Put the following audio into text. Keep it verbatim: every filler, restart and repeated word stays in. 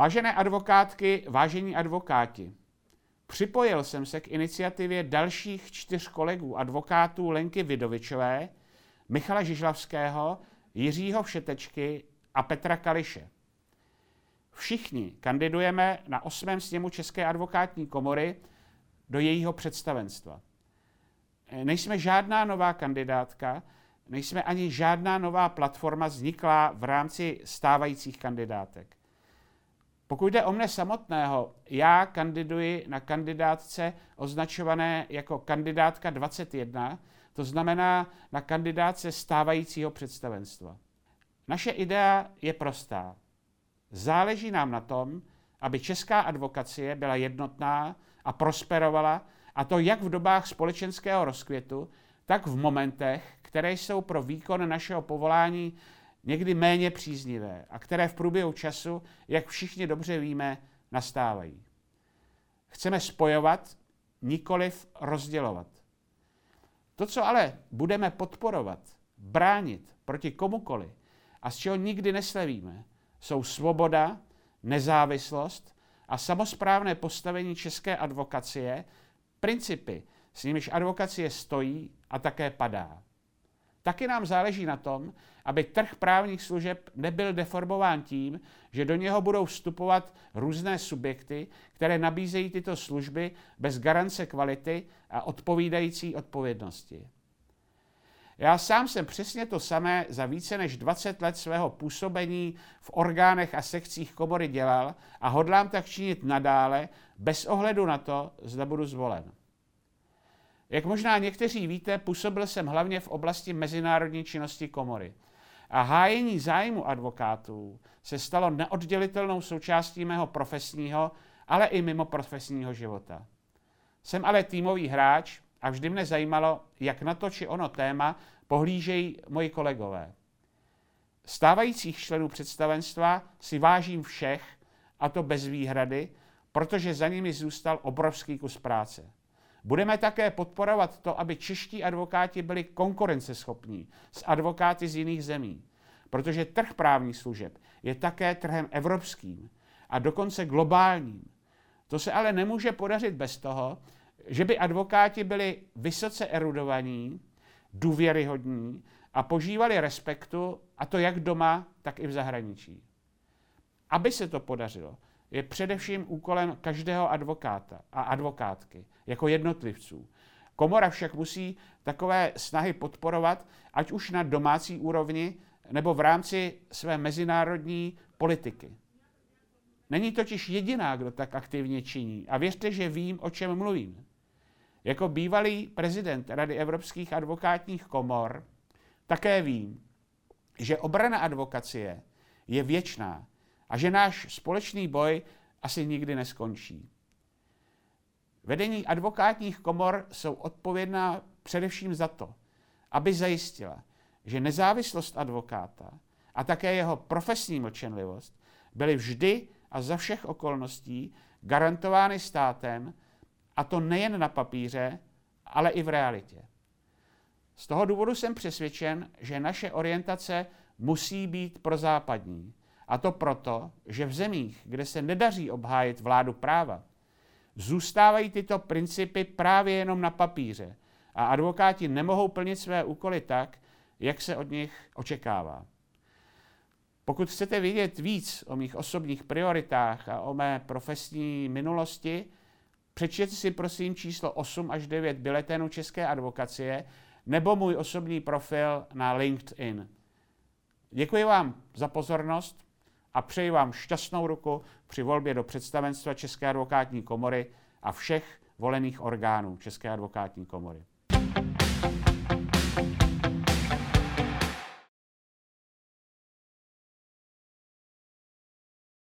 Vážené advokátky, vážení advokáti, připojil jsem se k iniciativě dalších čtyř kolegů advokátů Lenky Vidovičové, Michala Žižlavského, Jiřího Všetečky a Petra Kališe. Všichni kandidujeme na osmém sněmu České advokátní komory do jejího představenstva. Nejsme žádná nová kandidátka, nejsme ani žádná nová platforma vzniklá v rámci stávajících kandidátek. Pokud jde o mne samotného, já kandiduji na kandidátce označované jako kandidátka dvacet jedna, to znamená na kandidátce stávajícího představenstva. Naše idea je prostá. Záleží nám na tom, aby česká advokacie byla jednotná a prosperovala, a to jak v dobách společenského rozkvětu, tak v momentech, které jsou pro výkon našeho povolání někdy méně příznivé a které v průběhu času, jak všichni dobře víme, nastávají. Chceme spojovat, nikoliv rozdělovat. To, co ale budeme podporovat, bránit proti komukoli a z čeho nikdy neslevíme, jsou svoboda, nezávislost a samosprávné postavení české advokacie, principy, s nimiž advokacie stojí a také padá. Taky nám záleží na tom, aby trh právních služeb nebyl deformován tím, že do něho budou vstupovat různé subjekty, které nabízejí tyto služby bez garance kvality a odpovídající odpovědnosti. Já sám jsem přesně to samé za více než dvacet let svého působení v orgánech a sekcích komory dělal a hodlám tak činit nadále, bez ohledu na to, zda budu zvolen. Jak možná někteří víte, působil jsem hlavně v oblasti mezinárodní činnosti komory. A hájení zájmu advokátů se stalo neoddělitelnou součástí mého profesního, ale i mimo profesního života. Jsem ale týmový hráč a vždy mne zajímalo, jak na to či ono téma pohlížejí moji kolegové. Stávajících členů představenstva si vážím všech, a to bez výhrady, protože za nimi zůstal obrovský kus práce. Budeme také podporovat to, aby čeští advokáti byli konkurenceschopní s advokáty z jiných zemí, protože trh právních služeb je také trhem evropským a dokonce globálním. To se ale nemůže podařit bez toho, že by advokáti byli vysoce erudovaní, důvěryhodní a požívali respektu, a to jak doma, tak i v zahraničí. Aby se to podařilo, je především úkolem každého advokáta a advokátky, jako jednotlivců. Komora však musí takové snahy podporovat, ať už na domácí úrovni, nebo v rámci své mezinárodní politiky. Není totiž jediná, kdo tak aktivně činí, a věřte, že vím, o čem mluvím. Jako bývalý prezident Rady evropských advokátních komor také vím, že obrana advokacie je věčná a že náš společný boj asi nikdy neskončí. Vedení advokátních komor jsou odpovědná především za to, aby zajistila, že nezávislost advokáta a také jeho profesní mlčenlivost byly vždy a za všech okolností garantovány státem, a to nejen na papíře, ale i v realitě. Z toho důvodu jsem přesvědčen, že naše orientace musí být prozápadní. A to proto, že v zemích, kde se nedaří obhájit vládu práva, zůstávají tyto principy právě jenom na papíře a advokáti nemohou plnit své úkoly tak, jak se od nich očekává. Pokud chcete vědět víc o mých osobních prioritách a o mé profesní minulosti, přečtěte si prosím číslo osm až devět bileténu České advokacie nebo můj osobní profil na LinkedIn. Děkuji vám za pozornost a přeji vám šťastnou ruku při volbě do představenstva České advokátní komory a všech volených orgánů České advokátní komory.